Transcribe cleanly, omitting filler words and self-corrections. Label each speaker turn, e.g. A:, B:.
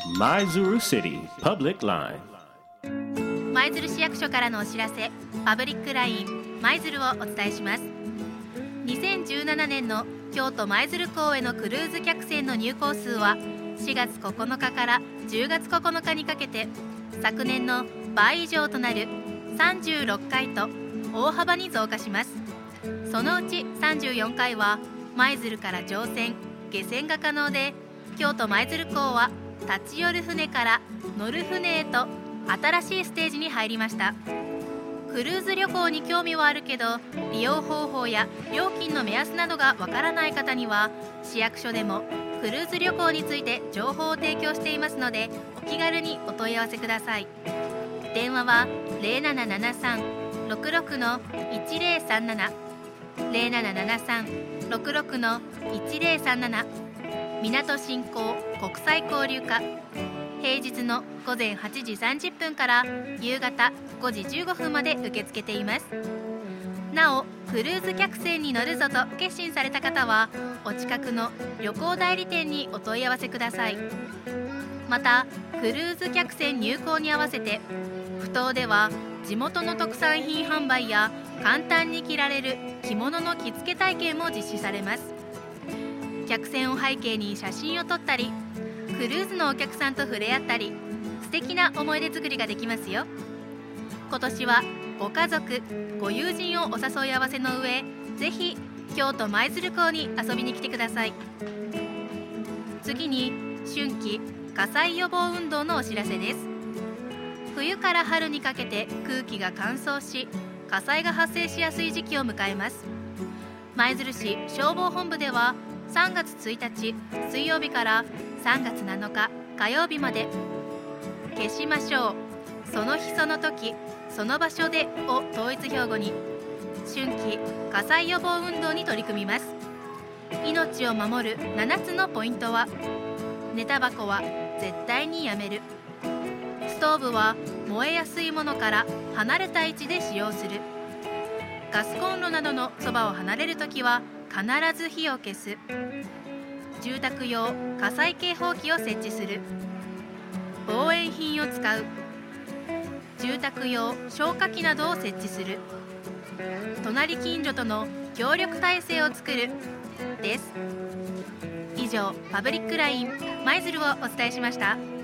A: 舞鶴 City Public Line。
B: 舞鶴市役所からのお知らせ、パブリックライン舞鶴をお伝えします。2017年の京都舞鶴港へのクルーズ客船の入港数は4月9日から10月9日にかけて昨年の倍以上となる36回と大幅に増加します。そのうち34回は舞鶴から乗船・下船が可能で、京都舞鶴港は立ち寄る船から乗る船へと新しいステージに入りました。クルーズ旅行に興味はあるけど、利用方法や料金の目安などがわからない方には、市役所でもクルーズ旅行について情報を提供していますので、お気軽にお問い合わせください。電話は 0773-66-1037 0773-66-1037。港振興国際交流課、平日の午前8時30分から夕方5時15分まで受け付けています。なお、クルーズ客船に乗るぞと決心された方は、お近くの旅行代理店にお問い合わせください。また、クルーズ客船入港に合わせて、埠頭では地元の特産品販売や簡単に着られる着物の着付け体験も実施されます。客船を背景に写真を撮ったり、クルーズのお客さんと触れ合ったり、素敵な思い出作りができますよ。今年はご家族、ご友人をお誘い合わせの上、ぜひ京都舞鶴港に遊びに来てください。次に、春季火災予防運動のお知らせです。冬から春にかけて空気が乾燥し、火災が発生しやすい時期を迎えます。舞鶴市消防本部では、3月1日水曜日から3月7日火曜日まで、消しましょう、その日その時その場所でを統一標語に、春季火災予防運動に取り組みます。命を守る7つのポイントは、寝タバコは絶対にやめる、ストーブは燃えやすいものから離れた位置で使用する、ガスコンロなどのそばを離れるときは必ず火を消す、住宅用火災警報器を設置する、防煙品を使う、住宅用消火器などを設置する、隣近所との協力体制を作るです。以上、パブリックライン舞鶴をお伝えしました。